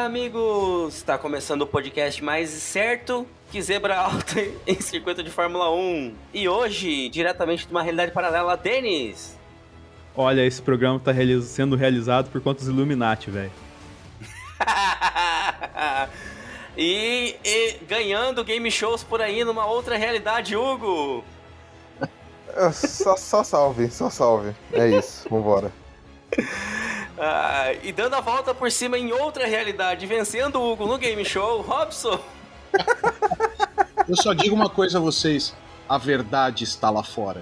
amigos! Está começando o podcast mais certo que zebra alta em circuito de Fórmula 1. E hoje, diretamente de uma realidade paralela, Denis! Olha, esse programa tá sendo realizado por conta dos Illuminati, velho. e ganhando game shows por aí numa outra realidade, Hugo! Só salve. É isso, vambora. E dando a volta por cima em outra realidade, vencendo o Hugo no game show, Robson! Eu só digo uma coisa a vocês: a verdade está lá fora.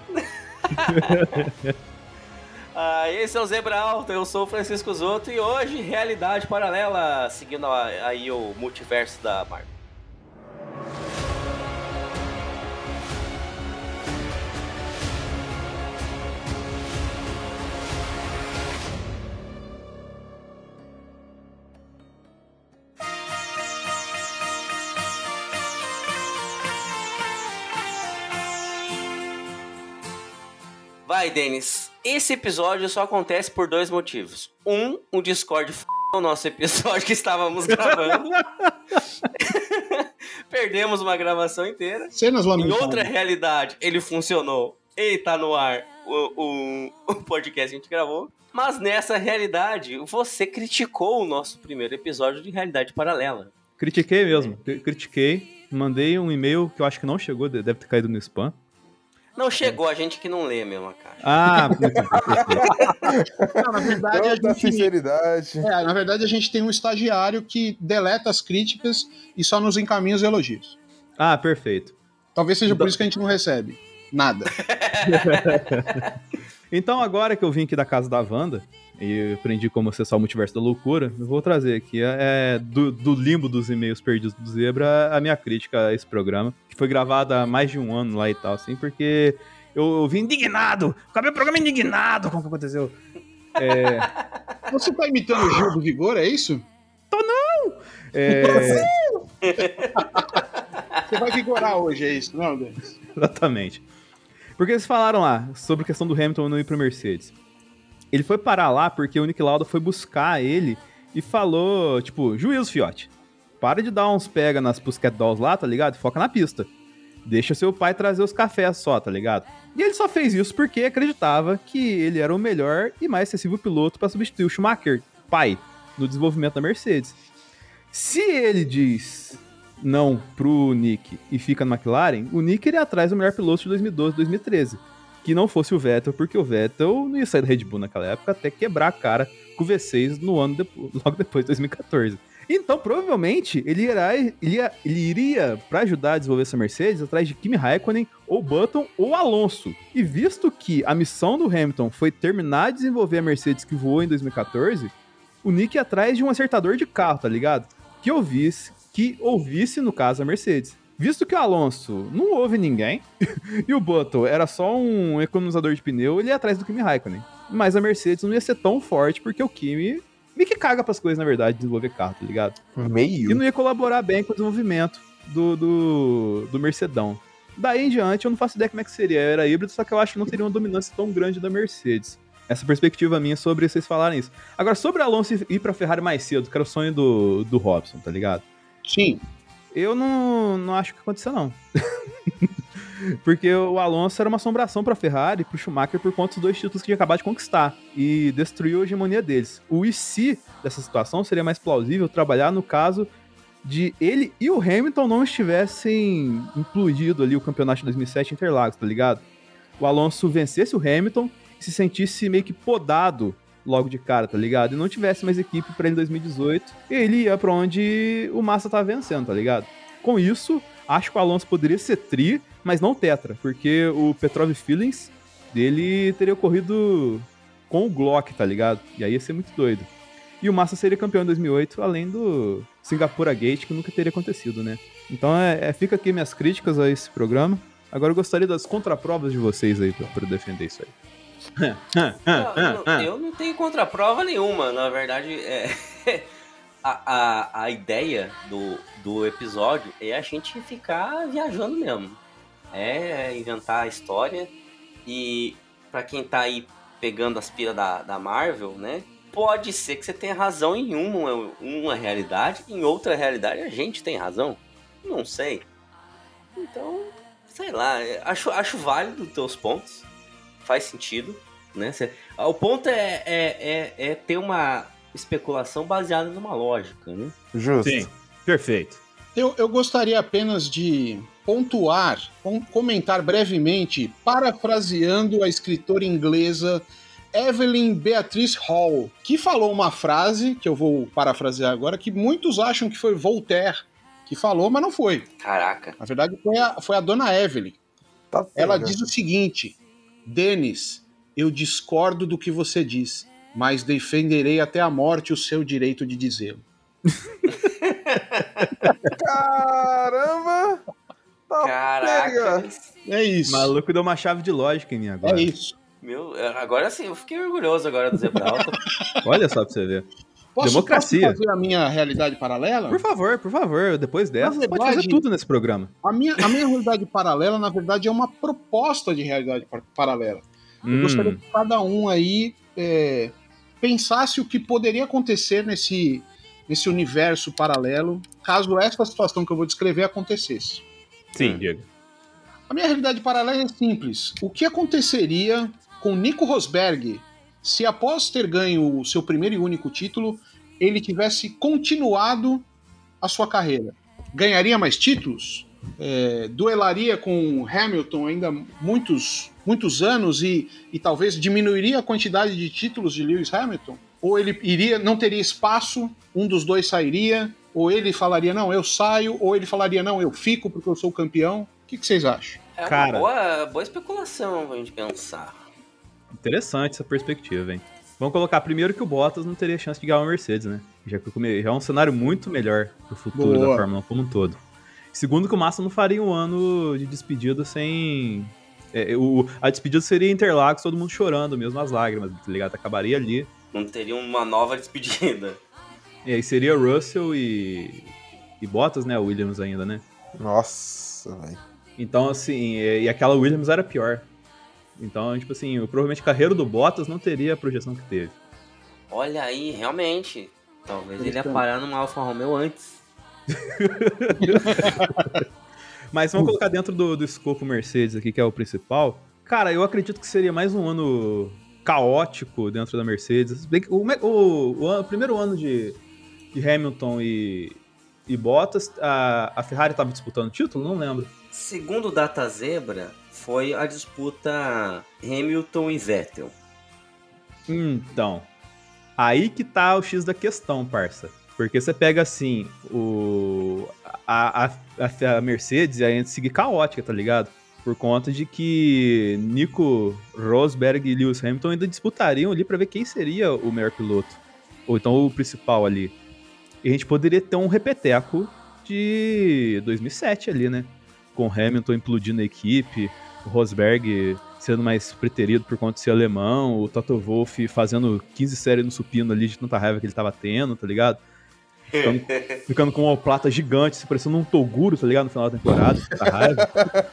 Esse é o Zebra Alta, eu sou o Francisco Zotto e hoje realidade paralela, seguindo aí o multiverso da Marvel. Vai, Denis. Esse episódio só acontece por dois motivos. O Discord o nosso episódio que estávamos gravando. Perdemos uma gravação inteira. Cenas lamentáveis. Em outra realidade, ele funcionou. E tá no ar o podcast que a gente gravou. Mas nessa realidade, você criticou o nosso primeiro episódio de Realidade Paralela. Critiquei mesmo. Critiquei. Mandei um e-mail que eu acho que não chegou, deve ter caído no spam. Não chegou, a gente que não lê mesmo a caixa. Não, na verdade, sinceridade. Na verdade, a gente tem um estagiário que deleta as críticas e só nos encaminha os elogios. Ah, perfeito. Talvez seja por isso que a gente não recebe nada. Então, agora que eu vim aqui da casa da Wanda e eu aprendi como acessar o multiverso da loucura, eu vou trazer aqui do limbo dos e-mails perdidos do Zebra a minha crítica a esse programa, que foi gravado há mais de um ano lá e tal, assim, porque eu vim indignado, acabei o programa indignado com o que aconteceu. Você tá imitando o Gil do Vigor, é isso? Tô não! Você vai vigorar hoje, é isso, não, Denis? Exatamente. Porque eles falaram lá sobre a questão do Hamilton não ir pro Mercedes. Ele foi parar lá porque o Nick Lauda foi buscar ele e falou, tipo, juízo, fiote. Para de dar uns pega nas Pussycat Dolls lá, tá ligado? Foca na pista. Deixa seu pai trazer os cafés só, tá ligado? E ele só fez isso porque acreditava que ele era o melhor e mais acessível piloto para substituir o Schumacher, pai, no desenvolvimento da Mercedes. Se ele diz não pro Nick e fica na McLaren, o Nick iria atrás do melhor piloto de 2012, 2013. Que não fosse o Vettel, porque o Vettel não ia sair da Red Bull naquela época até quebrar a cara com o V6 no ano logo depois de 2014. Então, provavelmente, ele iria, para ajudar a desenvolver essa Mercedes, atrás de Kimi Raikkonen, ou Button, ou Alonso. E visto que a missão do Hamilton foi terminar de desenvolver a Mercedes que voou em 2014, o Nick ia atrás de um acertador de carro, tá ligado? Que ouvisse, no caso, a Mercedes. Visto que o Alonso não ouve ninguém, e o Button era só um economizador de pneu, ele ia atrás do Kimi Raikkonen. Mas a Mercedes não ia ser tão forte, porque o Kimi meio que caga pras coisas, na verdade, de desenvolver carro, tá ligado? E não ia colaborar bem com o desenvolvimento do Mercedão. Daí em diante, eu não faço ideia como é que seria. Era híbrido, só que eu acho que não teria uma dominância tão grande da Mercedes. Essa perspectiva minha sobre vocês falarem isso. Agora, sobre o Alonso ir pra Ferrari mais cedo, que era o sonho do Robson, tá ligado? Sim. Eu não acho que aconteceu, não. Porque o Alonso era uma assombração pra Ferrari e pro Schumacher por conta dos dois títulos que tinha acabado de conquistar. E destruiu a hegemonia deles. O e se dessa situação seria mais plausível trabalhar no caso de ele e o Hamilton não estivessem implodido ali o campeonato de 2007 em Interlagos, tá ligado? O Alonso vencesse o Hamilton e se sentisse meio que podado logo de cara, tá ligado? E não tivesse mais equipe pra ele em 2018, e ele ia pra onde o Massa tava vencendo, tá ligado? Com isso, acho que o Alonso poderia ser tri, mas não tetra, porque o Petrov Feelings dele teria ocorrido com o Glock, tá ligado? E aí ia ser muito doido. E o Massa seria campeão em 2008, além do Singapura Gate, que nunca teria acontecido, né? Então fica aqui minhas críticas a esse programa. Agora eu gostaria das contraprovas de vocês aí pra defender isso aí. Eu não tenho contraprova nenhuma, na verdade. A ideia do episódio é a gente ficar viajando mesmo. É inventar a história. E pra quem tá aí pegando as piras da Marvel, né? pode ser que você tenha razão em uma realidade, em outra realidade a gente tem razão. Não sei. Então, sei lá, acho válido os teus pontos. Faz sentido, né? O ponto é ter uma especulação baseada numa lógica, né? Justo. Sim, perfeito. Eu gostaria apenas de pontuar, comentar brevemente, parafraseando a escritora inglesa Evelyn Beatrice Hall, que falou uma frase, que eu vou parafrasear agora, que muitos acham que foi Voltaire que falou, mas não foi. Caraca. Na verdade, foi a dona Evelyn. Tá Ela pega. diz o seguinte: Denis, eu discordo do que você diz, mas defenderei até a morte o seu direito de dizê-lo. Caramba! Tá Caraca. pega. É isso. O maluco deu uma chave de lógica em mim agora. É isso. Agora sim, eu fiquei orgulhoso agora do Zebra Alta. Olha só pra você ver. Posso Democracia. fazer a minha realidade paralela? Por favor, depois dessa, Na você pode verdade- fazer tudo nesse programa. A minha realidade paralela, na verdade, é uma proposta de realidade paralela. Eu gostaria que cada um aí pensasse o que poderia acontecer nesse universo paralelo, caso essa situação que eu vou descrever acontecesse. Sim, Diego. A minha realidade paralela é simples. O que aconteceria com Nico Rosberg se, após ter ganho o seu primeiro e único título, ele tivesse continuado a sua carreira? Ganharia mais títulos? Duelaria com Hamilton ainda muitos anos e talvez diminuiria a quantidade de títulos de Lewis Hamilton? Ou ele não teria espaço, um dos dois sairia, ou ele falaria, não, eu saio, ou ele falaria, não, eu fico porque eu sou campeão? O que vocês acham? É Cara. uma boa especulação pra gente pensar. Interessante essa perspectiva, hein? Vamos colocar primeiro que o Bottas não teria chance de ganhar uma Mercedes, né? Já é um cenário muito melhor pro futuro Boa. da Fórmula 1 como um todo. Segundo que o Massa não faria um ano de despedida sem... a despedida seria Interlagos, todo mundo chorando mesmo, as lágrimas, tá ligado? Acabaria ali. Não teria uma nova despedida. E aí seria Russell e Bottas, né? O Williams ainda, né? Nossa, velho. Então, assim, e aquela Williams era pior. Então, tipo assim, provavelmente a carreira do Bottas não teria a projeção que teve. Olha aí, realmente. Talvez ele ia parar numa Alfa Romeo antes. Mas vamos colocar dentro do escopo Mercedes aqui, que é o principal. Cara, eu acredito que seria mais um ano caótico dentro da Mercedes. Bem que o primeiro ano de Hamilton e Bottas, a Ferrari estava disputando o título? Não lembro. Segundo o Data Zebra, foi a disputa Hamilton e Vettel. Então, aí que tá o X da questão, parça. Porque você pega assim, a Mercedes ia seguir caótica, tá ligado? Por conta de que Nico Rosberg e Lewis Hamilton ainda disputariam ali pra ver quem seria o melhor piloto. Ou então o principal ali. E a gente poderia ter um repeteco de 2007 ali, né? Com Hamilton implodindo a equipe, o Rosberg sendo mais preterido por conta de ser alemão, o Toto Wolff fazendo 15 séries no supino ali de tanta raiva que ele tava tendo, tá ligado? Ficando com uma plata gigante, se parecendo um Toguro, tá ligado? No final da temporada, tanta raiva.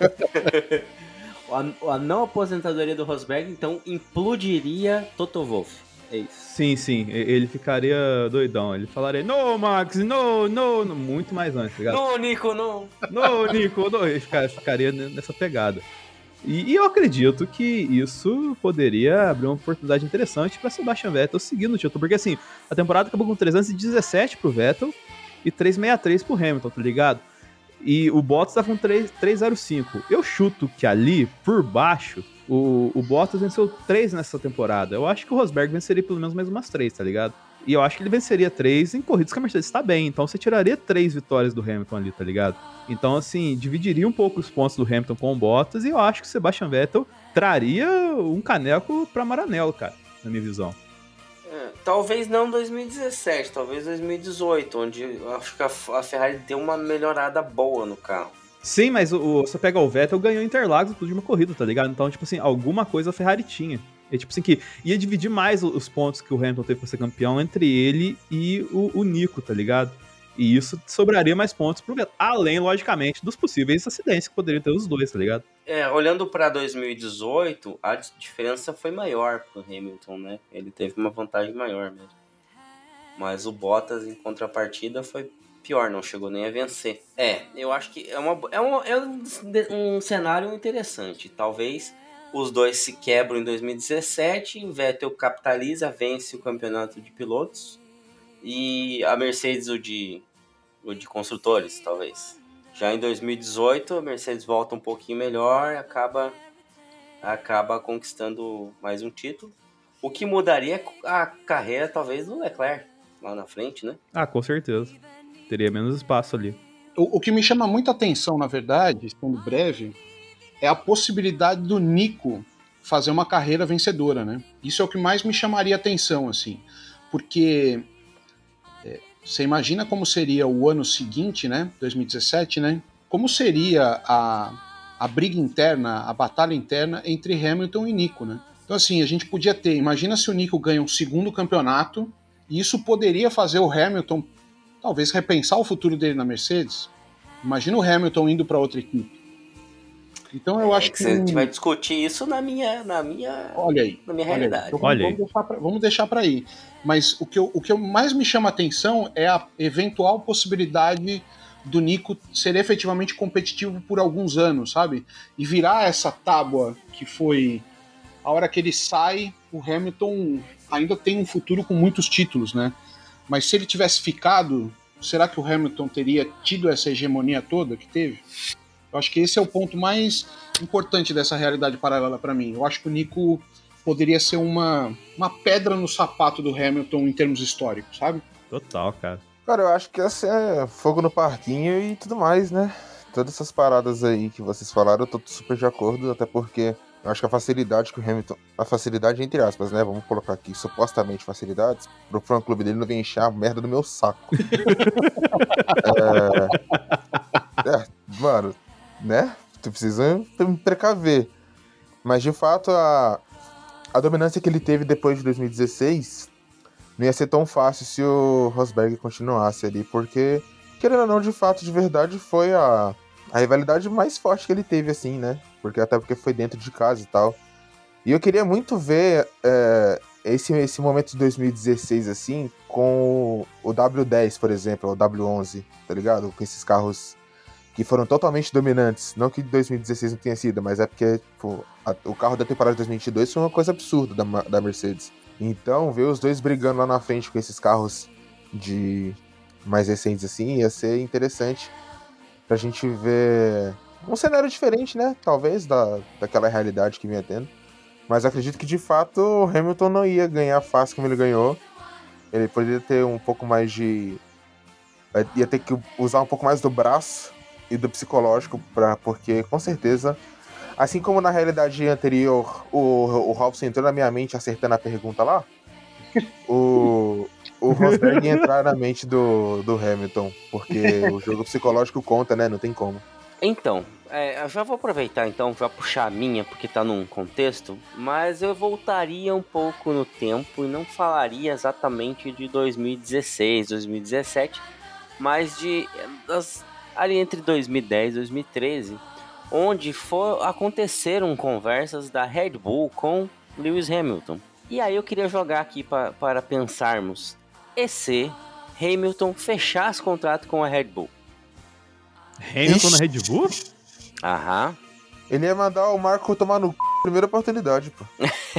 A não aposentadoria do Rosberg, então, implodiria Toto Wolff. É isso. Sim, ele ficaria doidão. Ele falaria, no, Max, no, muito mais antes, tá ligado? Não, Nico, não. No, Nico, no. Ele ficaria nessa pegada. E eu acredito que isso poderia abrir uma oportunidade interessante para Sebastian Vettel seguir no título. Porque assim, a temporada acabou com 317 pro Vettel e 363 pro Hamilton, tá ligado? E o Bottas tá com 305. Eu chuto que ali, por baixo, o Bottas venceu 3 nessa temporada. Eu acho que o Rosberg venceria pelo menos mais umas 3, tá ligado? E eu acho que ele venceria 3 em corridas que a Mercedes tá bem. Então você tiraria 3 vitórias do Hamilton ali, tá ligado? Então, assim, dividiria um pouco os pontos do Hamilton com o Bottas. E eu acho que o Sebastian Vettel traria um caneco pra Maranello, cara, na minha visão. Talvez não 2017, talvez 2018, onde eu acho que a Ferrari deu uma melhorada boa no carro. Sim, mas você pega o Vettel, ganhou Interlagos de uma corrida, tá ligado? Então, tipo assim, alguma coisa a Ferrari tinha. E, tipo assim, que ia dividir mais os pontos que o Hamilton teve pra ser campeão entre ele e o Nico, tá ligado? E isso sobraria mais pontos pro Vettel. Além, logicamente, dos possíveis acidentes que poderiam ter os dois, tá ligado? Olhando para 2018, a diferença foi maior pro Hamilton, né? Ele teve uma vantagem maior mesmo. Mas o Bottas, em contrapartida, foi pior, não chegou nem a vencer. Eu acho que é um cenário interessante. Talvez os dois se quebram em 2017, o Vettel capitaliza, vence o campeonato de pilotos, e a Mercedes o de construtores, talvez. Já em 2018, a Mercedes volta um pouquinho melhor e acaba conquistando mais um título. O que mudaria a carreira, talvez, do Leclerc lá na frente, né? Ah, com certeza. Teria menos espaço ali. O que me chama muita atenção, na verdade, sendo breve, é a possibilidade do Nico fazer uma carreira vencedora, né? Isso é o que mais me chamaria atenção, assim. Porque você imagina como seria o ano seguinte, né? 2017, né? Como seria a briga interna, a batalha interna entre Hamilton e Nico, né? Então, assim, a gente podia ter... Imagina se o Nico ganha um segundo campeonato, e isso poderia fazer o Hamilton, talvez, repensar o futuro dele na Mercedes. Imagina o Hamilton indo para outra equipe. Então eu acho que... A gente vai discutir isso na minha Olha aí, na minha realidade. Então, olha aí. Vamos deixar para aí. Mas o que mais me chama atenção é a eventual possibilidade do Nico ser efetivamente competitivo por alguns anos, sabe? E virar essa tábua que foi... A hora que ele sai, o Hamilton ainda tem um futuro com muitos títulos, né? Mas se ele tivesse ficado, será que o Hamilton teria tido essa hegemonia toda que teve? Eu acho que esse é o ponto mais importante dessa realidade paralela para mim. Eu acho que o Nico poderia ser uma pedra no sapato do Hamilton em termos históricos, sabe? Total, cara. Cara, eu acho que essa é fogo no parquinho e tudo mais, né? Todas essas paradas aí que vocês falaram, eu tô super de acordo, até porque eu acho que a facilidade que o Hamilton... A facilidade entre aspas, né? Vamos colocar aqui, supostamente facilidades, pro fã-clube dele não vem encher a merda do meu saco. Mano, né? Tu precisa me precaver. Mas, de fato, a dominância que ele teve depois de 2016 não ia ser tão fácil se o Rosberg continuasse ali, porque, querendo ou não, de fato, de verdade, foi a rivalidade mais forte que ele teve, assim, né? Até porque foi dentro de casa e tal. E eu queria muito ver esse momento de 2016, assim, com o W10, por exemplo, ou o W11, tá ligado? Com esses carros que foram totalmente dominantes. Não que 2016 não tenha sido, mas é porque o carro da temporada de 2022 foi uma coisa absurda da Mercedes. Então, ver os dois brigando lá na frente com esses carros de mais recentes assim, ia ser interessante pra gente ver um cenário diferente, né? Talvez daquela realidade que vinha tendo. Mas acredito que, de fato, o Hamilton não ia ganhar fácil como ele ganhou. Ele poderia ter um pouco mais de... Ia ter que usar um pouco mais do braço e do psicológico, porque, com certeza, assim como na realidade anterior, o Robson entrou na minha mente acertando a pergunta lá, o Rosberg ia entrar na mente do Hamilton, porque o jogo psicológico conta, né? Não tem como. Então, eu já vou aproveitar, então, já puxar a minha, porque tá num contexto, mas eu voltaria um pouco no tempo e não falaria exatamente de 2016, 2017, mas ali entre 2010 e 2013, onde aconteceram conversas da Red Bull com Lewis Hamilton. E aí eu queria jogar aqui para pensarmos, e se Hamilton fechasse contrato com a Red Bull? Hamilton na Red Bull? Aham. Ele ia mandar o Marco tomar no c... primeira oportunidade, pô.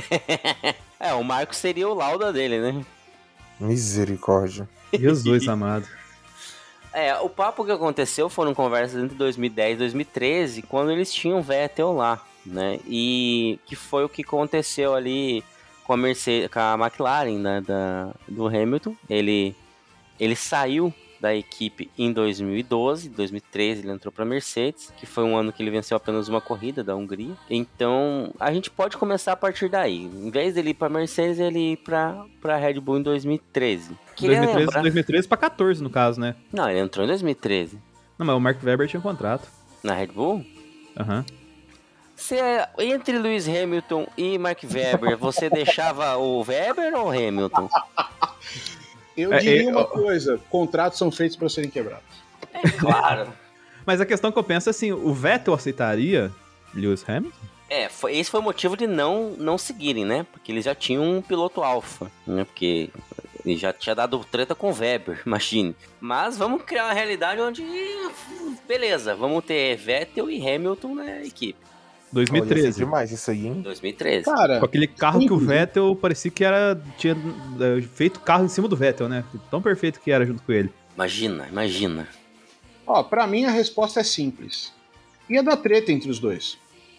O Marco seria o Lauda dele, né? Misericórdia. Jesus amado. O papo que aconteceu foram conversas entre 2010 e 2013, quando eles tinham Vettel lá, né? E que foi o que aconteceu ali com a Mercedes, com a McLaren, né? Do Hamilton. Ele saiu da equipe em 2012, 2013 ele entrou para a Mercedes, que foi um ano que ele venceu apenas uma corrida da Hungria. Então, a gente pode começar a partir daí. Em vez dele ir para a Mercedes, ele ir para a Red Bull em 2013. 2013 para 14, no caso, né? Não, ele entrou em 2013. Não, mas o Mark Webber tinha um contrato. Na Red Bull? Aham. Entre Lewis Hamilton e Mark Webber, você deixava o Webber ou o Hamilton? Eu diria uma coisa, contratos são feitos para serem quebrados. É claro. Mas a questão que eu penso é assim, o Vettel aceitaria Lewis Hamilton? Esse foi o motivo de não seguirem, né? Porque eles já tinham um piloto alfa, né? Porque ele já tinha dado treta com o Weber, imagine. Mas vamos criar uma realidade onde, beleza, vamos ter Vettel e Hamilton na equipe. 2013. Olha, demais isso aí, hein? 2013. Cara, Com aquele carro que o Vettel parecia que tinha feito carro em cima do Vettel, né? Tão perfeito que era junto com ele. Imagina. ó, pra mim a resposta é simples. Ia dar treta entre os dois.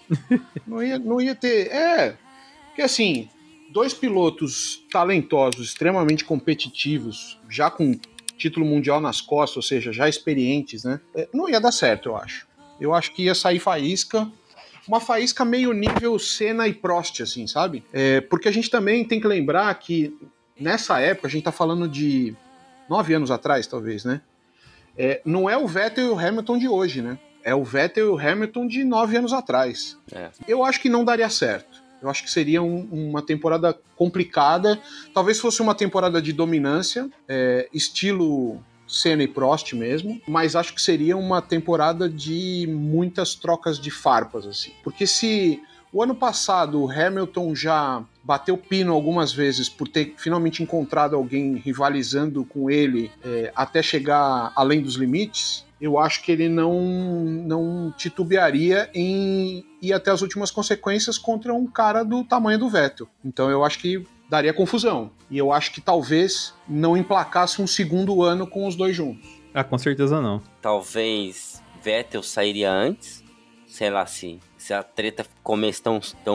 Não ia ter... porque assim, dois pilotos talentosos, extremamente competitivos, já com título mundial nas costas, ou seja, já experientes, né? Não ia dar certo, eu acho. Eu acho que ia sair faísca. Uma faísca meio nível Senna e Prost, assim, sabe? Porque a gente também tem que lembrar que nessa época, a gente tá falando de 9 anos atrás, talvez, né? Não é o Vettel e o Hamilton de hoje, né? É o Vettel e o Hamilton de 9 anos atrás. Eu acho que não daria certo. Eu acho que seria uma temporada complicada. Talvez fosse uma temporada de dominância, estilo Senna e Prost mesmo, mas acho que seria uma temporada de muitas trocas de farpas, assim. Porque se o ano passado o Hamilton já bateu pino algumas vezes por ter finalmente encontrado alguém rivalizando com ele até chegar além dos limites, eu acho que ele não titubearia em ir até as últimas consequências contra um cara do tamanho do Vettel. Então eu acho que daria confusão. E eu acho que talvez não emplacasse um segundo ano com os dois juntos. Ah, com certeza não. Talvez Vettel sairia antes. Sei lá, se a treta começa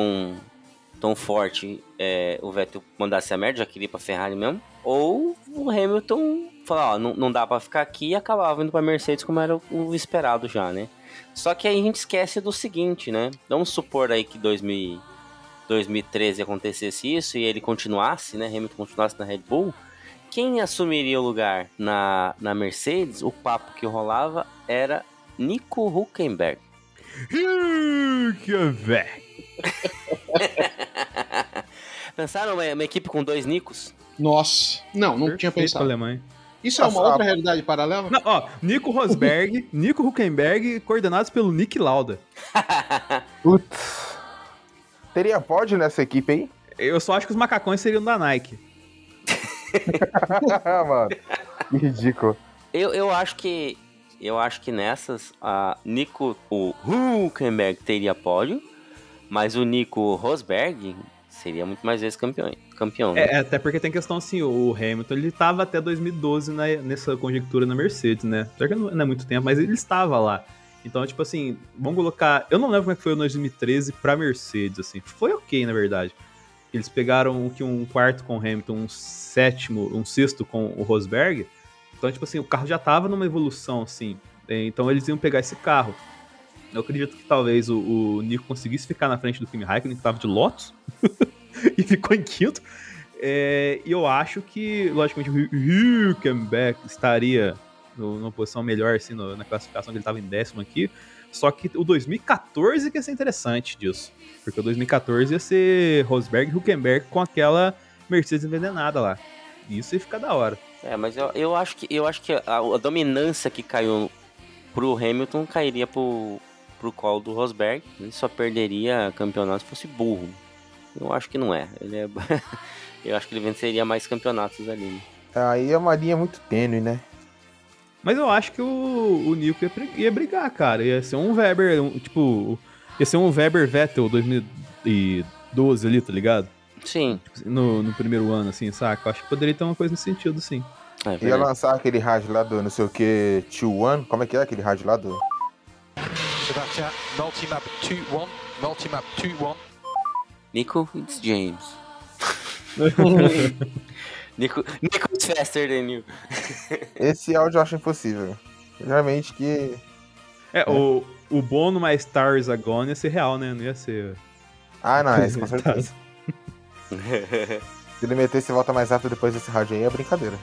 tão forte, o Vettel mandasse a merda, já queria ir pra Ferrari mesmo. Ou o Hamilton falar, ó, não dá pra ficar aqui, e acabava indo pra Mercedes como era o esperado já, né? Só que aí a gente esquece do seguinte, né? Vamos supor aí que 2013 acontecesse isso e ele continuasse, né? Hamilton continuasse na Red Bull. Quem assumiria o lugar na Mercedes, o papo que rolava era Nico Hülkenberg. Pensaram uma equipe com 2 Nicos? Nossa, não tinha pensado. Alemanha. Isso é uma outra realidade paralela? Não, ó, Nico Rosberg, Nico Hülkenberg, coordenados pelo Nick Lauda. Putz. Teria pódio nessa equipe aí? Eu só acho que os macacões seriam da Nike. Mano, que ridículo. Eu acho que nessas o Hülkenberg teria pódio, mas o Nico Rosberg seria muito mais vezes campeão, né? Até porque tem questão assim, o Hamilton, ele tava até 2012 nessa conjectura na Mercedes, né? Só que não é muito tempo, mas ele estava lá. Então, tipo assim, vamos colocar... Eu não lembro como é que foi o 2013 pra Mercedes, assim. Foi ok, na verdade. Eles pegaram um quarto com o Hamilton, um sexto com o Rosberg. Então, tipo assim, o carro já tava numa evolução, assim. Então, eles iam pegar esse carro. Eu acredito que talvez o Nico conseguisse ficar na frente do Kimi Raikkonen, que tava de Lotus. E ficou em quinto. E eu acho que, logicamente, o Hülkenberg estaria numa posição melhor, assim, na classificação, que ele estava em 10º aqui. Só que o 2014 que ia ser interessante disso. Porque o 2014 ia ser Rosberg e Hülkenberg com aquela Mercedes envenenada lá. Isso ia ficar da hora. Mas eu acho que a dominância que caiu pro Hamilton cairia pro colo do Rosberg. Ele só perderia campeonato se fosse burro. Eu acho que não é. Eu acho que ele venceria mais campeonatos ali, né? Aí é uma linha muito tênue, né? Mas eu acho que o Nico ia brigar, cara. Ia ser um Weber, ia ser um Weber Vettel 2012 ali, tá ligado? Sim. No primeiro ano, assim, saca? Eu acho que poderia ter uma coisa nesse sentido, sim. Ia lançar aquele rádio lá do não sei o que, 2-1. Como é que é aquele rádio lá do... Sebastian, multimap 2-1, multimap 2-1. Nico, it's James. Nico is faster than you. Esse áudio eu acho impossível. Realmente que... O Bono mais Stars Agone ia ser real, né? Não ia ser... Ah, não, esse com certeza. Se ele metesse volta mais rápido depois desse rádio aí, é brincadeira.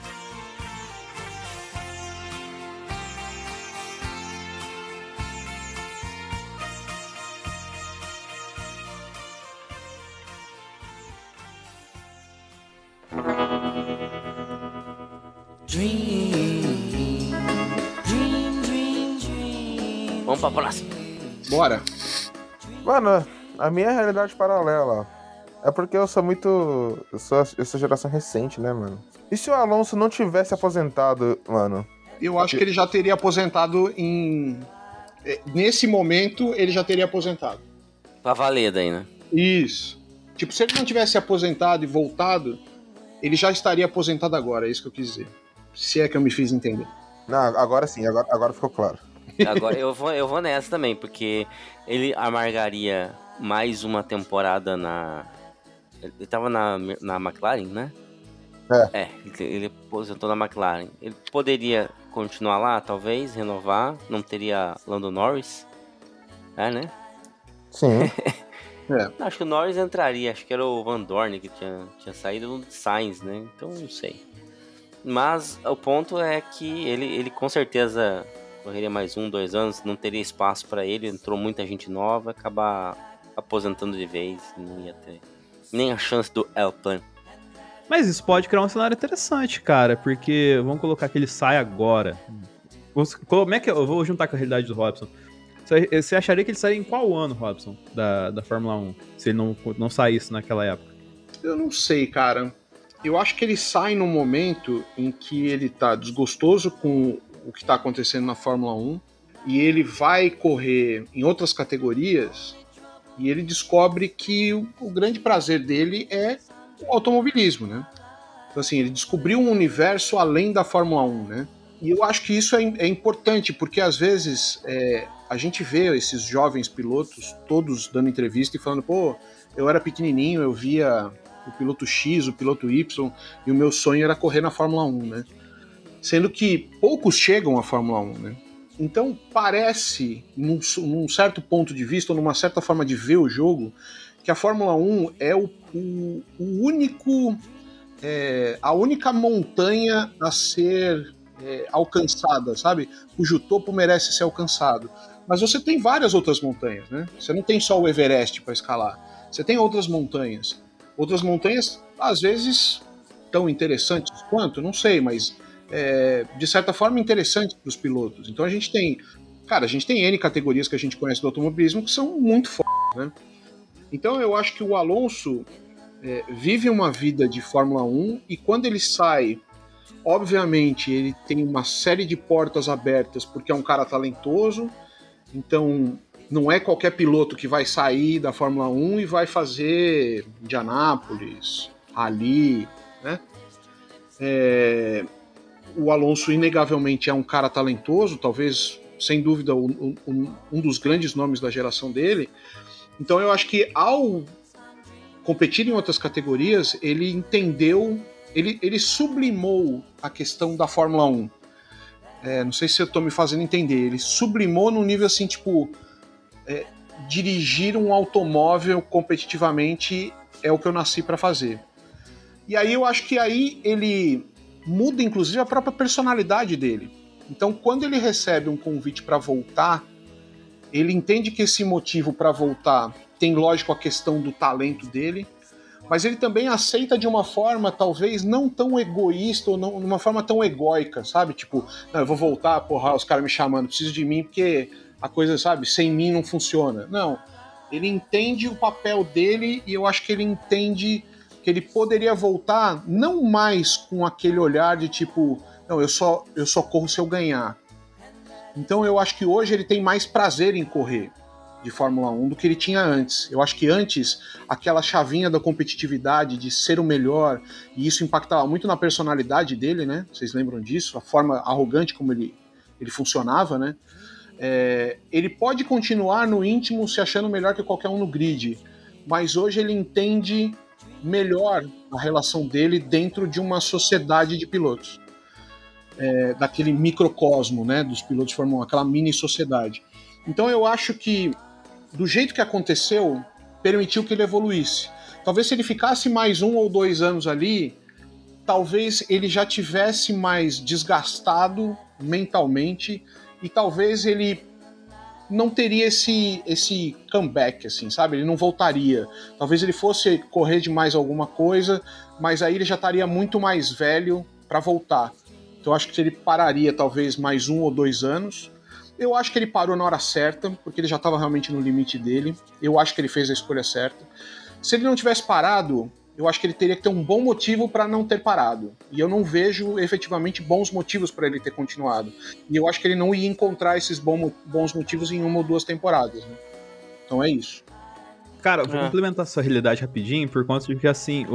Vamos pra próxima. Bora. Mano, a minha realidade paralela é porque eu sou muito... Eu sou geração recente, né, mano? E se o Alonso não tivesse aposentado, mano? Eu acho que ele já teria aposentado em... Nesse momento, ele já teria aposentado. Pra valer daí, né? Isso. Tipo, se ele não tivesse aposentado e voltado, ele já estaria aposentado agora, é isso que eu quis dizer. Se é que eu me fiz entender. Não, agora sim, agora ficou claro. Agora eu vou nessa também, porque ele amargaria mais uma temporada na... Ele tava na McLaren, né? Ele aposentou na McLaren. Ele poderia continuar lá, talvez, renovar. Não teria Lando Norris. Né? Sim. Acho que o Norris entraria. Acho que era o Van Dorn que tinha saído do Sainz, né? Então, não sei. Mas o ponto é que ele com certeza correria mais 1-2 anos. Não teria espaço pra ele. Entrou muita gente nova. Acabar aposentando de vez. Não ia ter nem a chance do Alpine. Mas isso pode criar um cenário interessante, cara, porque vamos colocar que ele sai agora. Como é que eu vou juntar com a realidade do Robson? Você acharia que ele sairia em qual ano, Robson, da Fórmula 1, se ele não saísse naquela época? Eu não sei, cara. Eu acho que ele sai no momento em que ele tá desgostoso com o que tá acontecendo na Fórmula 1 e ele vai correr em outras categorias e ele descobre que o grande prazer dele é o automobilismo, né? Então, assim, ele descobriu um universo além da Fórmula 1, né? E eu acho que isso é importante, porque às vezes a gente vê esses jovens pilotos todos dando entrevista e falando, pô, eu era pequenininho, eu via o piloto X, o piloto Y, e o meu sonho era correr na Fórmula 1, né? Sendo que poucos chegam à Fórmula 1, né? Então parece, num certo ponto de vista, ou numa certa forma de ver o jogo, que a Fórmula 1 é o único... a única montanha a ser alcançada, sabe? Cujo topo merece ser alcançado. Mas você tem várias outras montanhas, né? Você não tem só o Everest para escalar. Você tem outras montanhas. Outras montanhas, às vezes, tão interessantes quanto, não sei, mas de certa forma interessantes para os pilotos. Então a gente tem N categorias que a gente conhece do automobilismo que são muito fortes, né? Então eu acho que o Alonso vive uma vida de Fórmula 1 e quando ele sai, obviamente ele tem uma série de portas abertas porque é um cara talentoso, então não é qualquer piloto que vai sair da Fórmula 1 e vai fazer Indianápolis, Rally, né? O Alonso inegavelmente é um cara talentoso, talvez, sem dúvida, um dos grandes nomes da geração dele. Então eu acho que ao competir em outras categorias, ele entendeu, ele sublimou a questão da Fórmula 1. Não sei se eu estou me fazendo entender. Ele sublimou num nível assim, tipo, dirigir um automóvel competitivamente é o que eu nasci para fazer. E aí eu acho que aí ele muda, inclusive, a própria personalidade dele. Então, quando ele recebe um convite para voltar, ele entende que esse motivo para voltar tem, lógico, a questão do talento dele, mas ele também aceita de uma forma talvez não tão egoísta ou não, uma forma tão egóica, sabe? Tipo, não, eu vou voltar, porra, os caras me chamando, preciso de mim porque a coisa, sabe, sem mim não funciona. Não, ele entende o papel dele e eu acho que ele entende que ele poderia voltar não mais com aquele olhar de tipo, não, eu só corro se eu ganhar. Então eu acho que hoje ele tem mais prazer em correr de Fórmula 1 do que ele tinha antes. Eu acho que antes, aquela chavinha da competitividade, de ser o melhor, e isso impactava muito na personalidade dele, né? Vocês lembram disso? A forma arrogante como ele funcionava, né? Ele pode continuar no íntimo se achando melhor que qualquer um no grid, mas hoje ele entende melhor a relação dele dentro de uma sociedade de pilotos. Daquele microcosmo, né, dos pilotos de Fórmula 1, aquela mini sociedade. Então eu acho que do jeito que aconteceu, permitiu que ele evoluísse. Talvez se ele ficasse mais 1 ou 2 anos ali, talvez ele já tivesse mais desgastado mentalmente e talvez ele não teria esse comeback, assim, sabe? Ele não voltaria. Talvez ele fosse correr de mais alguma coisa, mas aí ele já estaria muito mais velho para voltar. Então eu acho que ele pararia talvez mais 1 ou 2 anos. Eu acho que ele parou na hora certa, porque ele já estava realmente no limite dele. Eu acho que ele fez a escolha certa. Se ele não tivesse parado, eu acho que ele teria que ter um bom motivo para não ter parado. E eu não vejo efetivamente bons motivos para ele ter continuado. E eu acho que ele não ia encontrar esses bons motivos em 1 ou 2 temporadas. Né? Então é isso. Cara, eu vou complementar sua realidade rapidinho, por conta de que, assim,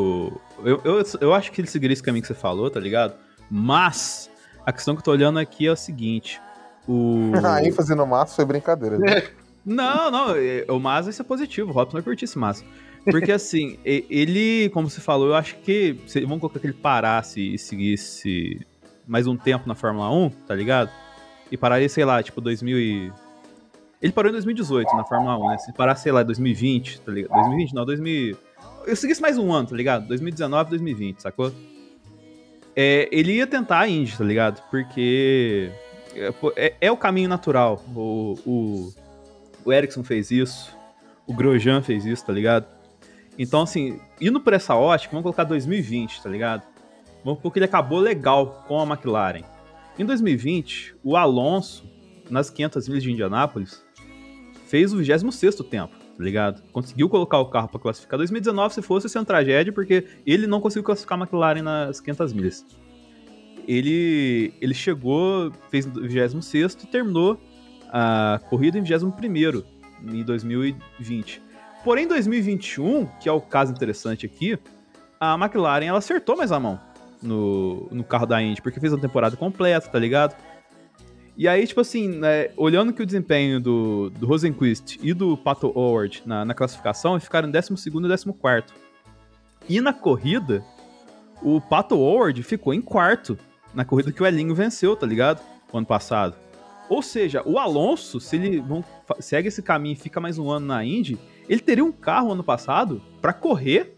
eu acho que ele seguiria esse caminho que você falou, tá ligado? Mas a questão que eu tô olhando aqui é o seguinte. A ênfase no Massa foi brincadeira. Né? Não, o Massa isso é positivo, o Robson vai curtir esse Massa. Porque assim, ele, como você falou, eu acho que, vamos colocar que ele parasse e seguisse mais um tempo na Fórmula 1, tá ligado? E pararia, sei lá, tipo, Ele parou em 2018 na Fórmula 1, né? Se parasse, sei lá, 2020, tá ligado? 2020 não, 2000... Eu seguisse mais um ano, tá ligado? 2019, 2020, sacou? Ele ia tentar a Indy, tá ligado? Porque é o caminho natural. O Ericsson fez isso, o Grosjean fez isso, tá ligado? Então, assim, indo por essa ótica, vamos colocar 2020, tá ligado? Vamos porque ele acabou legal com a McLaren. Em 2020, o Alonso, nas 500 milhas de Indianápolis, fez o 26º tempo, tá ligado? Conseguiu colocar o carro pra classificar. 2019, se fosse, ia ser uma tragédia, porque ele não conseguiu classificar a McLaren nas 500 milhas. Ele chegou, fez o 26º e terminou a corrida em 21º, em 2020. Porém, em 2021, que é o caso interessante aqui, a McLaren ela acertou mais a mão no carro da Indy, porque fez a temporada completa, tá ligado? E aí, tipo assim, né, olhando que o desempenho do Rosenqvist e do Pato O'Ward na classificação, eles ficaram em 12º e 14º. E na corrida, o Pato O'Ward ficou em 4º, na corrida que o Elinho venceu, tá ligado? O ano passado. Ou seja, o Alonso, se ele segue esse caminho e fica mais um ano na Indy, ele teria um carro ano passado pra correr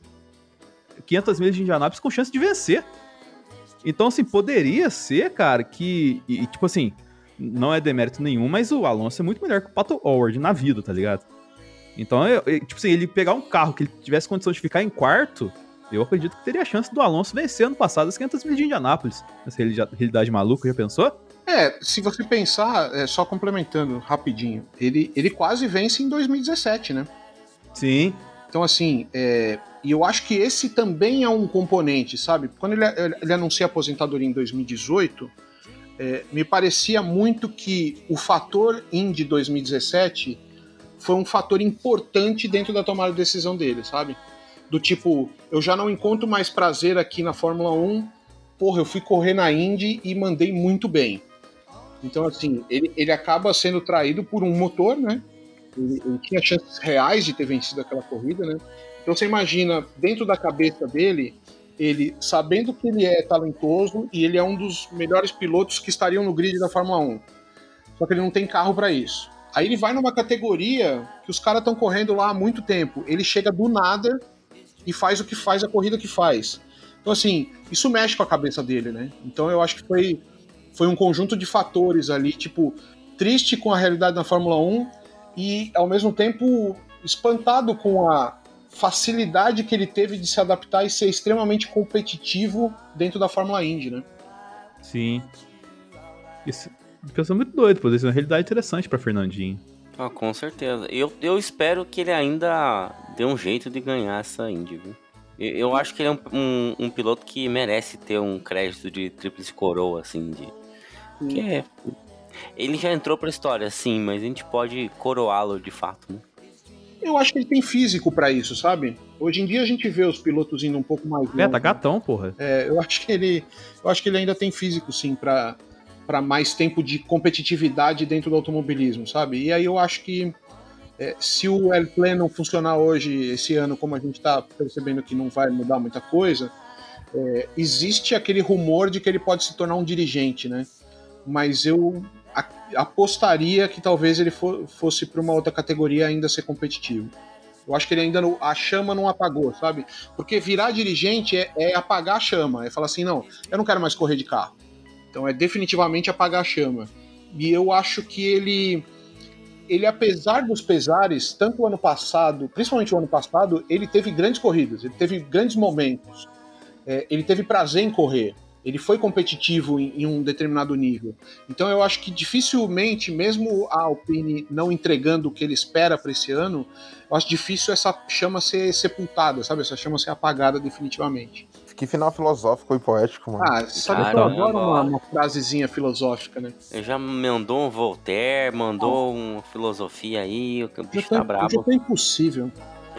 500 milhas de Indianápolis com chance de vencer. Então, assim, poderia ser, cara, que... E, tipo assim, não é demérito nenhum, mas o Alonso é muito melhor que o Pato O'Ward na vida, tá ligado? Então, tipo assim, ele pegar um carro que ele tivesse condição de ficar em 4º, eu acredito que teria a chance do Alonso vencer ano passado as 500 milhas de Indianápolis. Essa realidade maluca, já pensou? Se você pensar, só complementando rapidinho, ele quase vence em 2017, né? Sim. Então, assim, e eu acho que esse também é um componente, sabe? Quando ele anuncia a aposentadoria em 2018, me parecia muito que o fator Indy 2017 foi um fator importante dentro da tomada de decisão dele, sabe? Do tipo, eu já não encontro mais prazer aqui na Fórmula 1, porra, eu fui correr na Indy e mandei muito bem. Então, assim, ele acaba sendo traído por um motor, né? Ele tinha chances reais de ter vencido aquela corrida, né? Então você imagina, dentro da cabeça dele, ele sabendo que ele é talentoso e ele é um dos melhores pilotos que estariam no grid da Fórmula 1. Só que ele não tem carro para isso. Aí ele vai numa categoria que os caras estão correndo lá há muito tempo. Ele chega do nada e faz o que faz, a corrida que faz. Então, assim, isso mexe com a cabeça dele, né? Então eu acho que foi um conjunto de fatores ali, tipo, triste com a realidade da Fórmula 1 e, ao mesmo tempo, espantado com a facilidade que ele teve de se adaptar e ser extremamente competitivo dentro da Fórmula Indy, né? Sim. Isso é muito doido, pode ser uma realidade interessante pra Fernandinho. Ah, com certeza. Eu espero que ele ainda dê um jeito de ganhar essa Indy, viu? Eu acho que ele é um piloto que merece ter um crédito de tríplice coroa, assim, ele já entrou pra história, sim, mas a gente pode coroá-lo de fato, né? Eu acho que ele tem físico pra isso, sabe? Hoje em dia a gente vê os pilotos indo um pouco mais longe. Tá gatão, porra. Eu acho que ele ainda tem físico, sim, pra mais tempo de competitividade dentro do automobilismo, sabe? E aí eu acho que se o L-Plan não funcionar hoje, esse ano, como a gente tá percebendo que não vai mudar muita coisa, existe aquele rumor de que ele pode se tornar um dirigente, né? Mas eu apostaria que talvez ele fosse para uma outra categoria ainda ser competitivo. Eu acho que ele ainda a chama não apagou, sabe? Porque virar dirigente é apagar a chama, é falar assim, não, eu não quero mais correr de carro. Então é definitivamente apagar a chama. E eu acho que ele apesar dos pesares, tanto o ano passado, principalmente o ano passado, ele teve grandes corridas, ele teve grandes momentos, ele teve prazer em correr. Ele foi competitivo em um determinado nível. Então eu acho que dificilmente, mesmo a Alpine não entregando o que ele espera para esse ano, eu acho difícil essa chama ser sepultada, sabe? Essa chama ser apagada definitivamente. Que final filosófico e poético, mano. Ah, sabe que eu adoro uma frasezinha filosófica, né? Eu já mandou um Voltaire, mandou uma filosofia aí, o bicho tá brabo. Hoje é impossível.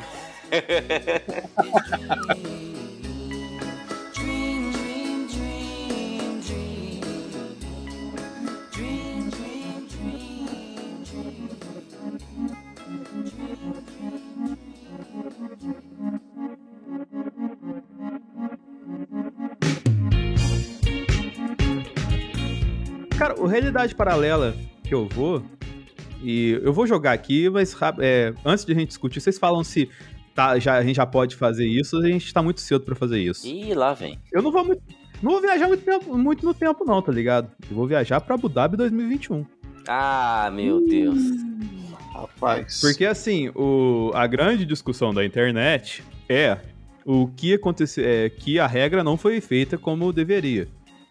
Cara, o Realidade Paralela que eu vou, e eu vou jogar aqui, mas antes de a gente discutir, vocês falam se a gente já pode fazer isso ou a gente tá muito cedo pra fazer isso. Ih, lá vem. Eu não vou viajar muito no tempo não, tá ligado? Eu vou viajar pra Abu Dhabi 2021. Ah, meu Deus. Rapaz. Porque assim, a grande discussão da internet é o que aconteceu, que a regra não foi feita como deveria.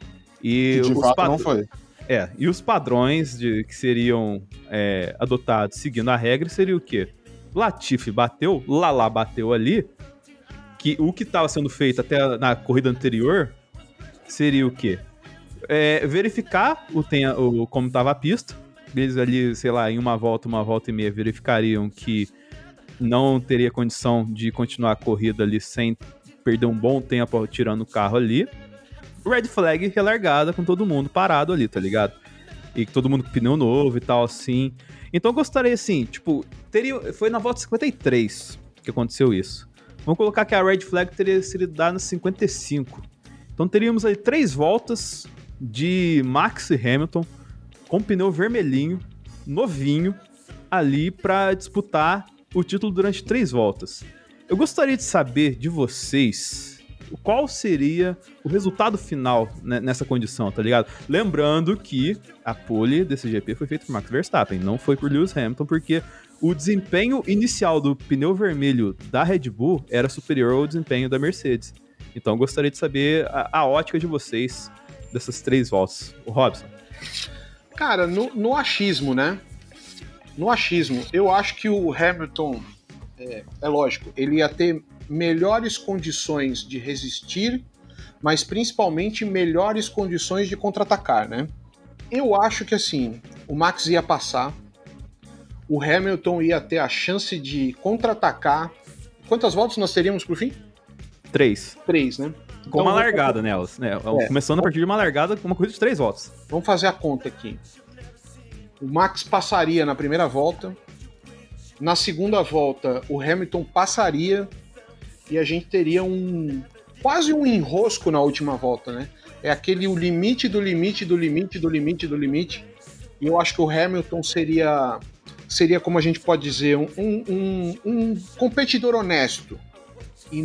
E de fato não foi. E os padrões que seriam adotados seguindo a regra seria o quê? Latifi bateu, Lala bateu ali, que o que estava sendo feito até na corrida anterior seria o quê? Verificar como estava a pista. Eles ali, sei lá, em uma volta e meia, verificariam que não teria condição de continuar a corrida ali sem perder um bom tempo tirando o carro ali. Red flag relargada com todo mundo parado ali, tá ligado? E todo mundo com pneu novo e tal, assim. Então eu gostaria, assim, tipo, foi na volta 53 que aconteceu isso. Vamos colocar que a red flag teria sido dada nas 55. Então teríamos aí 3 voltas de Max e Hamilton com pneu vermelhinho, novinho, ali pra disputar o título durante 3 voltas. Eu gostaria de saber de vocês qual seria o resultado final nessa condição, tá ligado? Lembrando que a pole desse GP foi feita por Max Verstappen, não foi por Lewis Hamilton, porque o desempenho inicial do pneu vermelho da Red Bull era superior ao desempenho da Mercedes. Então eu gostaria de saber a ótica de vocês dessas 3 voltas. O Robson. Cara, no achismo, né? No achismo, eu acho que o Hamilton, é lógico, ele ia ter melhores condições de resistir, mas principalmente melhores condições de contra-atacar, né? Eu acho que, assim, o Max ia passar, o Hamilton ia ter a chance de contra-atacar. Quantas voltas nós teríamos por fim? 3. 3, né? Com uma largada nelas, né? Começando a partir de uma largada com uma coisa de 3 voltas. Vamos fazer a conta aqui. O Max passaria na primeira volta, na segunda volta o Hamilton passaria e a gente teria quase um enrosco na última volta, né? É o limite do limite do limite do limite do limite. E eu acho que o Hamilton seria como a gente pode dizer, um competidor honesto e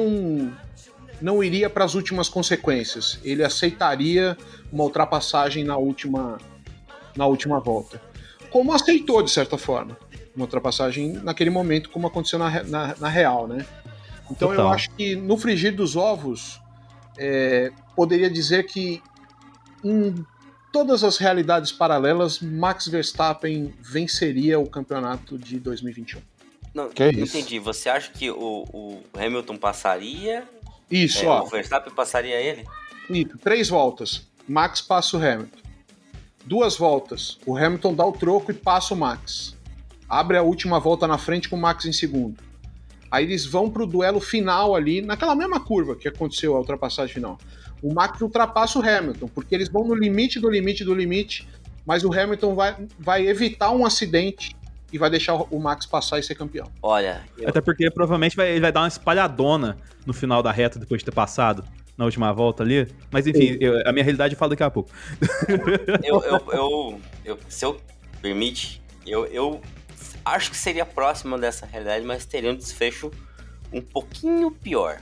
não iria para as últimas consequências. Ele aceitaria uma ultrapassagem na última volta. Como aceitou, de certa forma, uma ultrapassagem naquele momento, como aconteceu na real, né? Então Total. Eu acho que no frigir dos ovos, poderia dizer que em todas as realidades paralelas, Max Verstappen venceria o campeonato de 2021. Não entendi. Você acha que o Hamilton passaria? Isso, o Verstappen passaria ele? Isso, 3 voltas. Max passa o Hamilton. 2 voltas. O Hamilton dá o troco e passa o Max. Abre a última volta na frente com o Max em segundo. Aí eles vão pro duelo final ali, naquela mesma curva que aconteceu a ultrapassagem final. O Max ultrapassa o Hamilton, porque eles vão no limite do limite do limite, mas o Hamilton vai evitar um acidente e vai deixar o Max passar e ser campeão. Olha... Até porque provavelmente ele vai dar uma espalhadona no final da reta depois de ter passado na última volta ali. Mas enfim, a minha realidade eu falo daqui a pouco. Se eu permite, eu acho que seria próximo dessa realidade, mas teria um desfecho um pouquinho pior.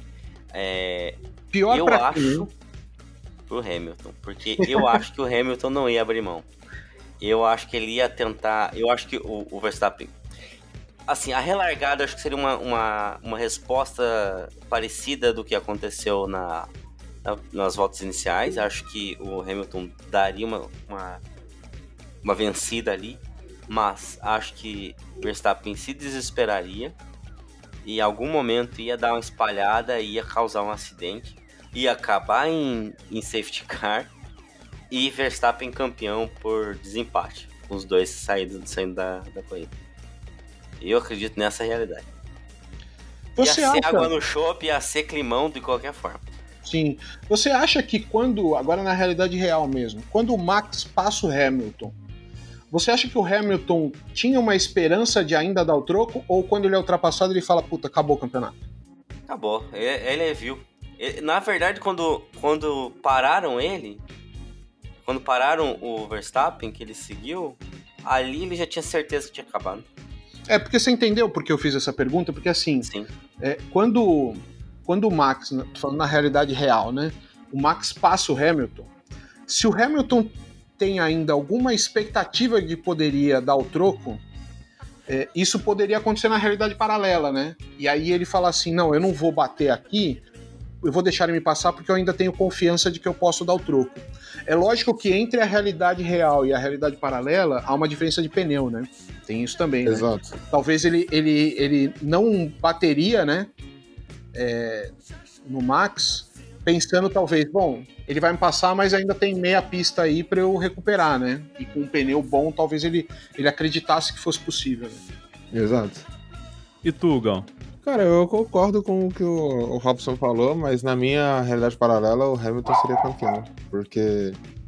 Pior eu pra acho pro Hamilton, porque eu acho que o Hamilton não ia abrir mão. Eu acho que ele ia tentar... Eu acho que o Verstappen... Assim, a relargada acho que seria uma resposta parecida do que aconteceu nas voltas iniciais. Acho que o Hamilton daria uma vencida ali, mas acho que Verstappen se desesperaria e em algum momento ia dar uma espalhada, ia causar um acidente, ia acabar em safety car e Verstappen campeão por desempate, os dois saindo da corrida. Eu acredito nessa realidade. Você ia ser acha... água no chope, ia ser climão de qualquer forma. Sim. Você acha que agora na realidade real mesmo, quando o Max passa o Hamilton, você acha que o Hamilton tinha uma esperança de ainda dar o troco? Ou quando ele é ultrapassado ele fala, puta, acabou o campeonato? Acabou. Ele viu. Na verdade, quando pararam o Verstappen, que ele seguiu, ali ele já tinha certeza que tinha acabado. Porque você entendeu por que eu fiz essa pergunta? Porque assim, quando o Max, tô falando na realidade real, né? O Max passa o Hamilton. Se o Hamilton tem ainda alguma expectativa de poderia dar o troco, isso poderia acontecer na realidade paralela, né? E aí ele fala assim, não, eu não vou bater aqui, eu vou deixar ele me passar porque eu ainda tenho confiança de que eu posso dar o troco. É lógico que entre a realidade real e a realidade paralela há uma diferença de pneu, né? Tem isso também, né? Exato. Talvez ele não bateria, né? No Max, pensando talvez, bom, ele vai me passar, mas ainda tem meia pista aí pra eu recuperar, né? E com um pneu bom, talvez ele acreditasse que fosse possível, né? Exato. E tu, Gão? Cara, eu concordo com o que o Robson falou, mas na minha realidade paralela, o Hamilton seria campeão. Porque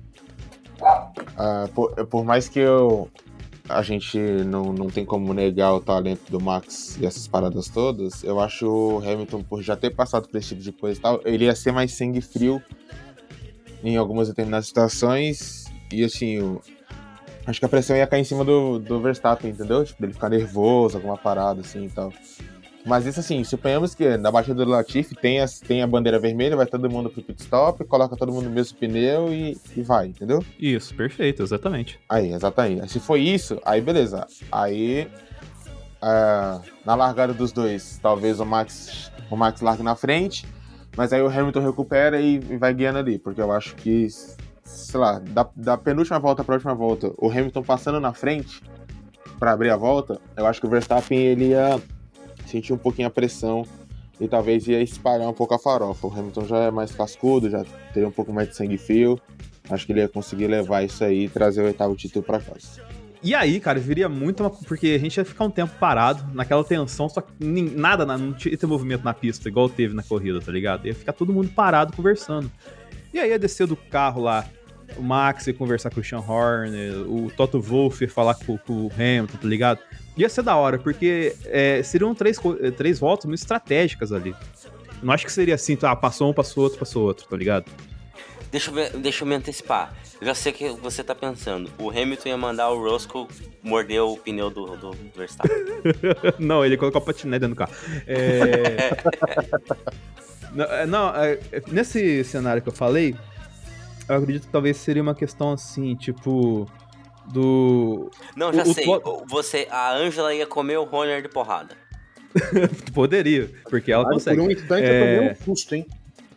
por mais que a gente não tem como negar o talento do Max e essas paradas todas, eu acho o Hamilton, por já ter passado por esse tipo de coisa e tal, ele ia ser mais sangue frio em algumas determinadas situações e assim, acho que a pressão ia cair em cima do Verstappen, entendeu? Tipo, ele ficar nervoso, alguma parada assim e tal. Mas isso assim, suponhamos que na batida do Latifi tem a bandeira vermelha, vai todo mundo pro pit stop, coloca todo mundo no mesmo pneu e vai, entendeu? Isso, perfeito, exatamente. Aí, exatamente. Se foi isso, aí beleza. Aí, na largada dos dois, talvez o Max largue na frente, mas aí o Hamilton recupera e vai guiando ali, porque eu acho que, sei lá, da penúltima volta pra última volta, o Hamilton passando na frente pra abrir a volta, eu acho que o Verstappen, ele ia sentir um pouquinho a pressão e talvez ia espalhar um pouco a farofa. O Hamilton já é mais cascudo, já teria um pouco mais de sangue frio. Acho que ele ia conseguir levar isso aí e trazer o 8º título pra casa. E aí, cara, viria muito porque a gente ia ficar um tempo parado, naquela tensão, só que nada, não tinha ter movimento na pista, igual teve na corrida, tá ligado? Ia ficar todo mundo parado conversando. E aí ia descer do carro lá, o Max ia conversar com o Sean Horner, o Toto Wolff ia falar com o Hamilton, tá ligado? Ia ser da hora, porque seriam três voltas muito estratégicas ali. Eu não acho que seria assim, passou um, passou outro, tá ligado? Deixa eu me antecipar. Eu já sei o que você tá pensando. O Hamilton ia mandar o Roscoe morder o pneu do Verstappen. Não, ele ia colocar o patinete dentro do carro. Nesse cenário que eu falei, eu acredito que talvez seria uma questão assim, tipo... Não, já sei. A Ângela ia comer o Horner de porrada. Poderia, porque ela consegue. Por um instante eu tomei um susto, hein?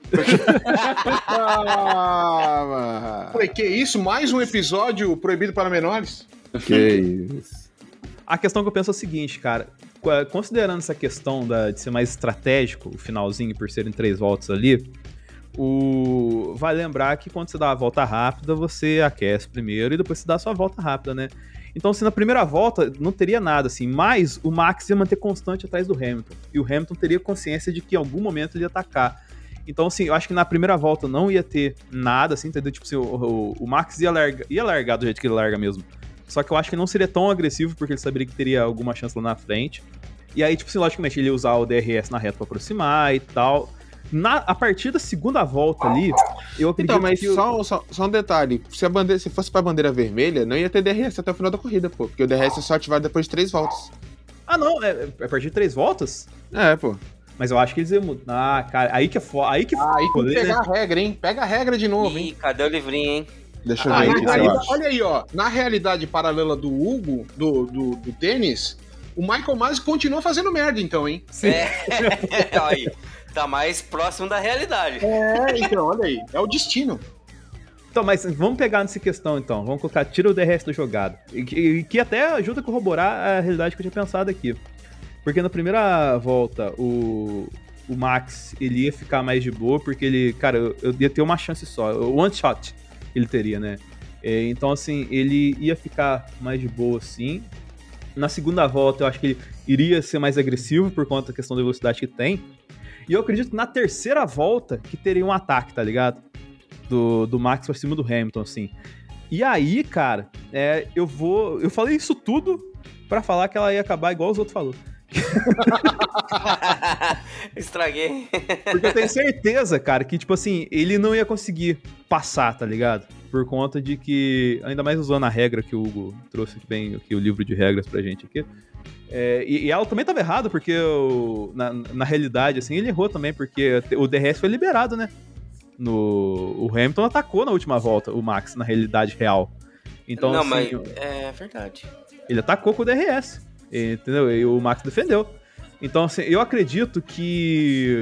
Falei, que isso? Mais um episódio proibido para menores? Que isso. A questão que eu penso é o seguinte, cara. Considerando essa questão de ser mais estratégico, o finalzinho, por serem 3 voltas ali, vai lembrar que quando você dá a volta rápida, você aquece primeiro e depois você dá a sua volta rápida, né? Então, assim, na primeira volta não teria nada, assim, mas o Max ia manter constante atrás do Hamilton. E o Hamilton teria consciência de que em algum momento ele ia atacar. Então, assim, eu acho que na primeira volta não ia ter nada, assim, entendeu? Tipo assim, o Max ia largar do jeito que ele larga mesmo. Só que eu acho que não seria tão agressivo, porque ele saberia que teria alguma chance lá na frente. E aí, tipo assim, logicamente, ele ia usar o DRS na reta pra aproximar e tal. A partir da segunda volta ali, eu acredito então, mas que... Só um detalhe. Se fosse pra bandeira vermelha, não ia ter DRS até o final da corrida, pô. Porque o DRS é só ativado depois de 3 voltas. Ah, não? A partir de 3 voltas? Pô. Mas eu acho que eles iam mudar. Ah, cara, aí que é foda. Aí que aí tem que pegar né? a regra, hein? Pega a regra de novo, hein? Cadê o livrinho, hein? Deixa eu ver aqui, aí, olha aí, ó. Na realidade paralela do Hugo, do tênis, o Michael Masi continua fazendo merda, então, hein? Sim. Aí. Tá mais próximo da realidade. Então, olha aí. É o destino. Então, mas vamos pegar nessa questão, então. Vamos colocar, tira o DRS da jogada. Que até ajuda a corroborar a realidade que eu tinha pensado aqui. Porque na primeira volta, o Max, ele ia ficar mais de boa, porque ele, cara, eu ia ter uma chance só. O one shot ele teria, né? Então, assim, ele ia ficar mais de boa, sim. Na segunda volta, eu acho que ele iria ser mais agressivo por conta da questão da velocidade que tem. E eu acredito que na terceira volta que teria um ataque, tá ligado? Do Max pra cima do Hamilton, assim. E aí, cara, eu falei isso tudo pra falar que ela ia acabar igual os outros falou. Estraguei. Porque eu tenho certeza, cara, que, tipo assim, ele não ia conseguir passar, tá ligado? Por conta de que, ainda mais usando a regra que o Hugo trouxe bem aqui, o livro de regras pra gente aqui. E ela também tava errada, porque na realidade, assim, ele errou também, porque o DRS foi liberado, né? O Hamilton atacou na última volta, o Max, na realidade real. Então, não, assim, mas é verdade. Ele atacou com o DRS, entendeu? E o Max defendeu. Então, assim, eu acredito que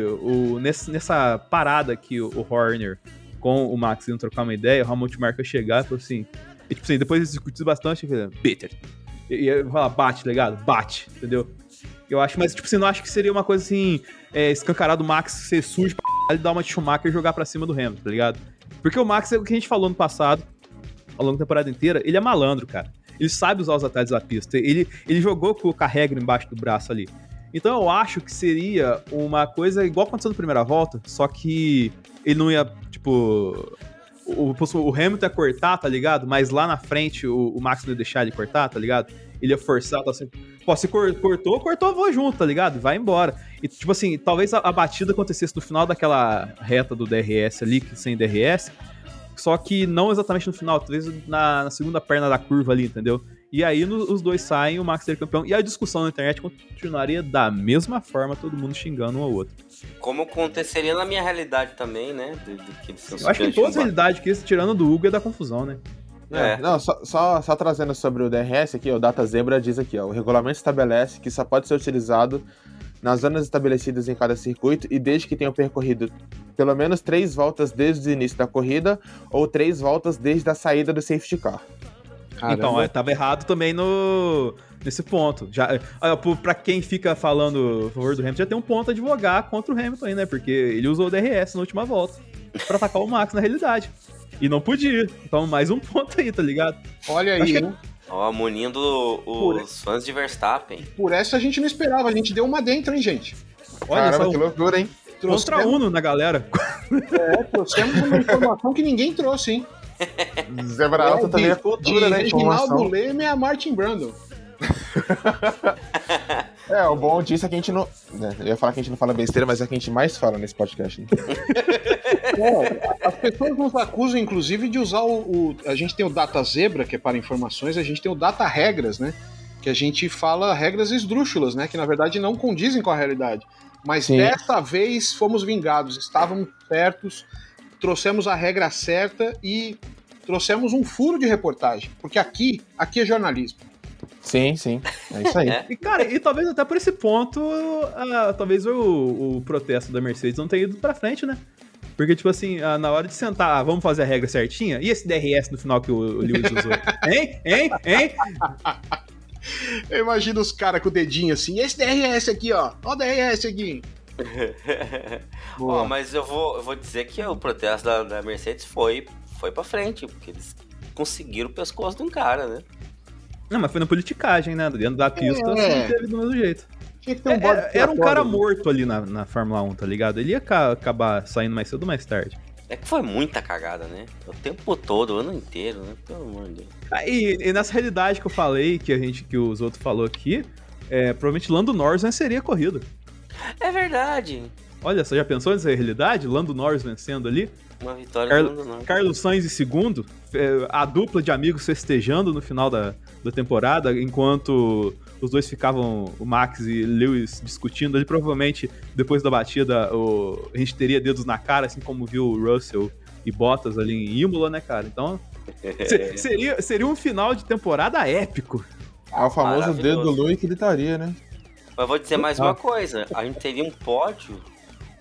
nessa parada que o Horner com o Max iam trocar uma ideia, o Helmut Marko ia chegar e falou assim, e, tipo assim, depois de discutir bastante, ele falou, Peter, e ia falar, bate, ligado? Bate, entendeu? Eu acho, mas, tipo assim, não acho que seria uma coisa assim, escancarado o Max ser sujo pra ele dar uma de Schumacher e jogar pra cima do Hamilton, tá ligado? Porque o Max, é o que a gente falou no passado, ao longo da temporada inteira, ele é malandro, cara. Ele sabe usar os atalhos da pista. Ele jogou com a regra embaixo do braço ali. Então eu acho que seria uma coisa igual aconteceu na primeira volta, só que ele não ia, tipo... O Hamilton ia cortar, tá ligado? Mas lá na frente o Max não ia deixar ele cortar, tá ligado? Ele ia forçar, tá assim... Pô, se cortou, vou junto, tá ligado? Vai embora. E, tipo assim, talvez a batida acontecesse no final daquela reta do DRS ali, sem DRS, só que não exatamente no final, talvez na segunda perna da curva ali, entendeu? E aí os dois saem, o Max seria campeão. E a discussão na internet continuaria da mesma forma, todo mundo xingando um ao outro. Como aconteceria na minha realidade também, né? Eu acho que em todas as realidades, que tirando do Hugo, é da confusão, né? Não, só trazendo sobre o DRS aqui, o Data Zebra diz aqui, ó, o regulamento estabelece que só pode ser utilizado nas zonas estabelecidas em cada circuito e desde que tenham percorrido pelo menos 3 voltas desde o início da corrida ou 3 voltas desde a saída do safety car. Caramba. Então, tava errado também nesse ponto. Pra quem fica falando a favor do Hamilton, já tem um ponto a advogar contra o Hamilton aí, né? Porque ele usou o DRS na última volta pra atacar o Max na realidade. E não podia. Então, mais um ponto aí, tá ligado? Olha aí, hein? Ó, munindo os fãs de Verstappen. Por essa a gente não esperava, a gente deu uma dentro, hein, gente? Olha, caramba, que loucura, hein? Contra Uno na galera. Trouxemos uma informação que ninguém trouxe, hein? Zebra Alta também é cultura, né? Reginaldo Leme e a Martin Brundle. O bom disso é que a gente não... Eu ia falar que a gente não fala besteira, mas é o que a gente mais fala nesse podcast. Né? As pessoas nos acusam, inclusive, de usar a gente tem o Data Zebra, que é para informações, a gente tem o Data Regras, né? Que a gente fala regras esdrúxulas, né? Que, na verdade, não condizem com a realidade. Mas dessa vez fomos vingados, estávamos certos, trouxemos a regra certa e trouxemos um furo de reportagem. Porque aqui é jornalismo. Sim, é isso aí. E, cara, talvez até por esse ponto, talvez o protesto da Mercedes não tenha ido pra frente, né? Porque, tipo assim, na hora de sentar, vamos fazer a regra certinha? E esse DRS no final que o Lewis usou? Hein? Eu imagino os caras com o dedinho assim, esse DRS aqui, ó o DRS aqui. Mas eu vou dizer que o protesto da Mercedes foi pra frente, porque eles conseguiram o pescoço de um cara, né? Não, mas foi na politicagem, né? Dentro da pista, assim, teve do mesmo jeito. Tinha que ter um era um cara morto ali na Fórmula 1, tá ligado? Ele ia acabar saindo mais cedo ou mais tarde. É que foi muita cagada, né? O tempo todo, o ano inteiro, né? Pelo amor de Deus. E nessa realidade que eu falei, que os outros falou aqui, provavelmente Lando Norris venceria a corrida. É verdade. Olha, você já pensou nessa realidade? Lando Norris vencendo ali? Uma vitória do Lando Norris. Carlos Sainz em segundo, a dupla de amigos festejando no final da temporada, enquanto os dois ficavam, o Max e Lewis, discutindo ali. Provavelmente, depois da batida, a gente teria dedos na cara, assim como viu o Russell e Bottas ali em Imola, né, cara? Então, seria um final de temporada épico. O famoso dedo do Lewis que gritaria, né? Mas vou dizer mais uma coisa. A gente teria um pódio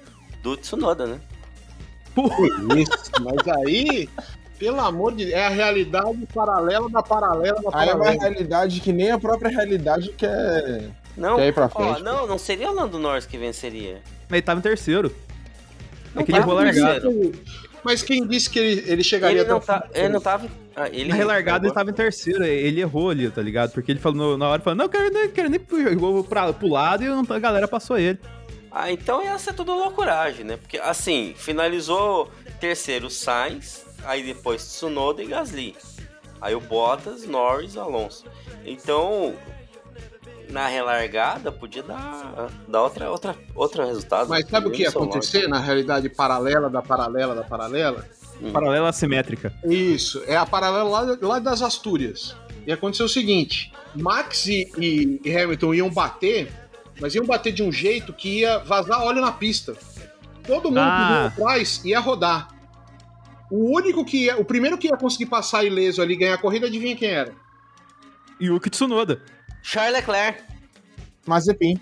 do Tsunoda, né? Isso, mas aí, pelo amor de Deus, é a realidade paralela da paralela da Aí é uma paralela. realidade que nem a própria realidade quer Não, ir pra ó, frente. não seria o Lando Norris que venceria. Ele tava em terceiro. Não É que ele errou a tava em largada. terceiro. Mas quem disse que ele chegaria Ele não, até o fim? ele não tava. Ele Na relargada ele tava em terceiro, ele errou ali, tá ligado? Porque ele falou na hora, falou, não, quero nem pro lado e a galera passou ele. Ah, então ia ser tudo loucuragem, né? Porque, assim, finalizou terceiro Sainz, aí depois Tsunoda e Gasly. Aí o Bottas, Norris, Alonso. Então, na relargada, podia dar outro resultado. Mas sabe o que ia Mesmo acontecer na realidade paralela da paralela da paralela? Paralela assimétrica. Isso, é a paralela lá das Astúrias. E aconteceu o seguinte: Max e Hamilton iam bater, mas iam bater de um jeito que ia vazar óleo na pista. Todo mundo que vinha atrás ia rodar. O primeiro que ia conseguir passar ileso ali e ganhar a corrida, adivinha quem era? Yuki Tsunoda. Charles Leclerc. Mazepin.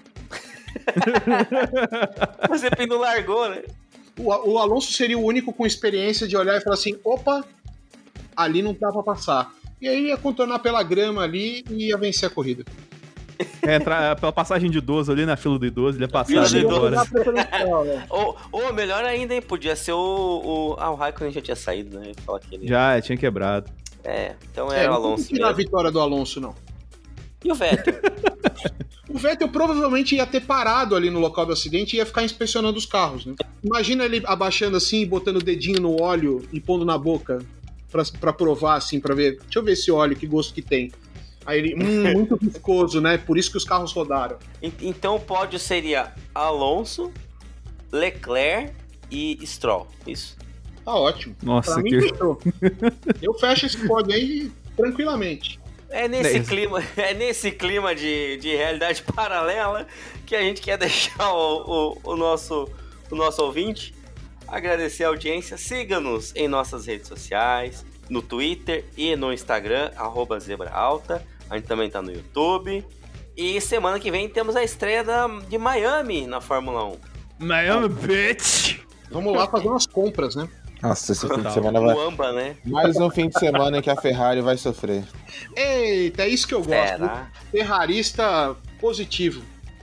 Mas ele não largou, né? O Alonso seria o único com experiência de olhar e falar assim: opa, ali não dá pra passar. E aí ia contornar pela grama ali e ia vencer a corrida. Entrar pela passagem de idoso ali na fila do idoso, ele ia passar Fila do ali idoso. embora. Ou melhor ainda, hein? Podia ser o Raikkonen já tinha saído, né? Falar que ele... Já, tinha quebrado. Então era o Alonso. Não tirar a vitória do Alonso, não. E o Vettel? O Vettel provavelmente ia ter parado ali no local do acidente e ia ficar inspecionando os carros, né? Imagina ele abaixando assim e botando o dedinho no óleo e pondo na boca pra provar, assim, pra ver. Deixa eu ver esse óleo, que gosto que tem. Aí ele, muito viscoso, né? Por isso que os carros rodaram. Então o pódio seria Alonso, Leclerc e Stroll, isso? Tá ótimo. Nossa, Pra mim, fechou. Eu fecho esse pódio aí tranquilamente. É nesse clima de realidade paralela que a gente quer deixar o nosso ouvinte. Agradecer a audiência. Siga-nos em nossas redes sociais, no Twitter e no Instagram, @ZebraAlta. A gente também tá no YouTube. E semana que vem temos a estreia de Miami na Fórmula 1. Miami, bitch! Vamos lá fazer umas compras, né? Nossa, esse fim de semana vai... O Amba, né? Mais um fim de semana em que a Ferrari vai sofrer. Eita, é isso que eu gosto. Será? Ferrarista positivo.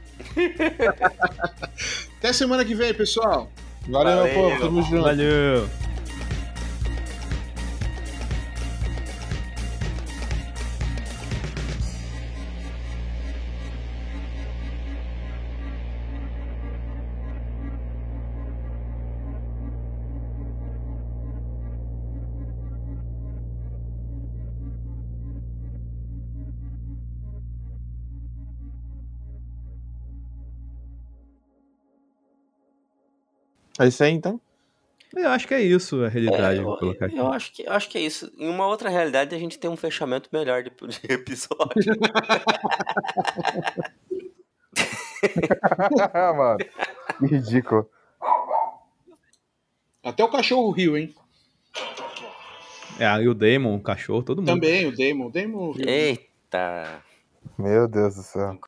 Até semana que vem, pessoal. Valeu, Valeu. meu povo. Tamo junto. Valeu! É isso aí, então? Eu acho que é isso a realidade, vou colocar aqui. Eu acho que é isso. Em uma outra realidade, a gente tem um fechamento melhor de episódio. Mano, que ridículo. Até o cachorro riu, hein? E o Damon, o cachorro, todo mundo. Também, o Damon. O Damon riu. Eita. Meu Deus do céu.